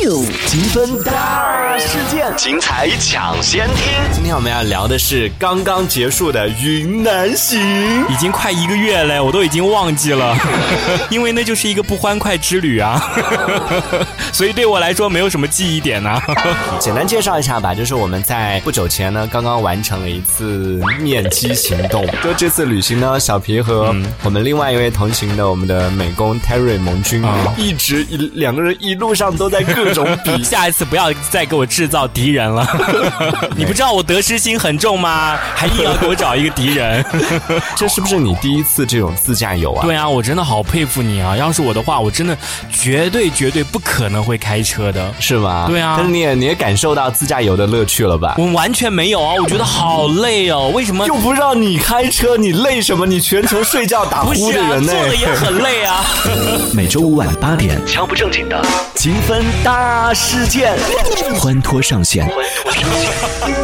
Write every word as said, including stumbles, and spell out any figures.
积分大事件，精彩抢先听。今天我们要聊的是刚刚结束的云南行， 已经快一个月了，我都已经忘记了，因为那就是一个不欢快之旅啊，所以对我来说没有什么记忆点啊。 简单介绍一下吧，就是我们在不久前呢，刚刚完成了一次面基行动。就这次旅行呢，小皮和我们另外一位同行的我们的美工 Terry 盟军，嗯、一直一两个人一路上都在各种比。 下一次不要再给我制造敌人了。你不知道我得失心很重吗？还硬要给我找一个敌人。 这是不是你第一次这种自驾游啊？ 对啊，我真的好佩服你啊！要是我的话，我真的绝对绝对不可能会开车的， 是吗？ 对啊， 但是你也你也感受到自驾游的乐趣了吧？ 我完全没有啊！我觉得好累哦，为什么？ 又不让你开车，你累什么？你全程睡觉打呼的人呢？ 不是啊，坐的也很累啊。 每周五晚八点， 敲不正经的积分大事件， 欢脱上线。 欢脱上线。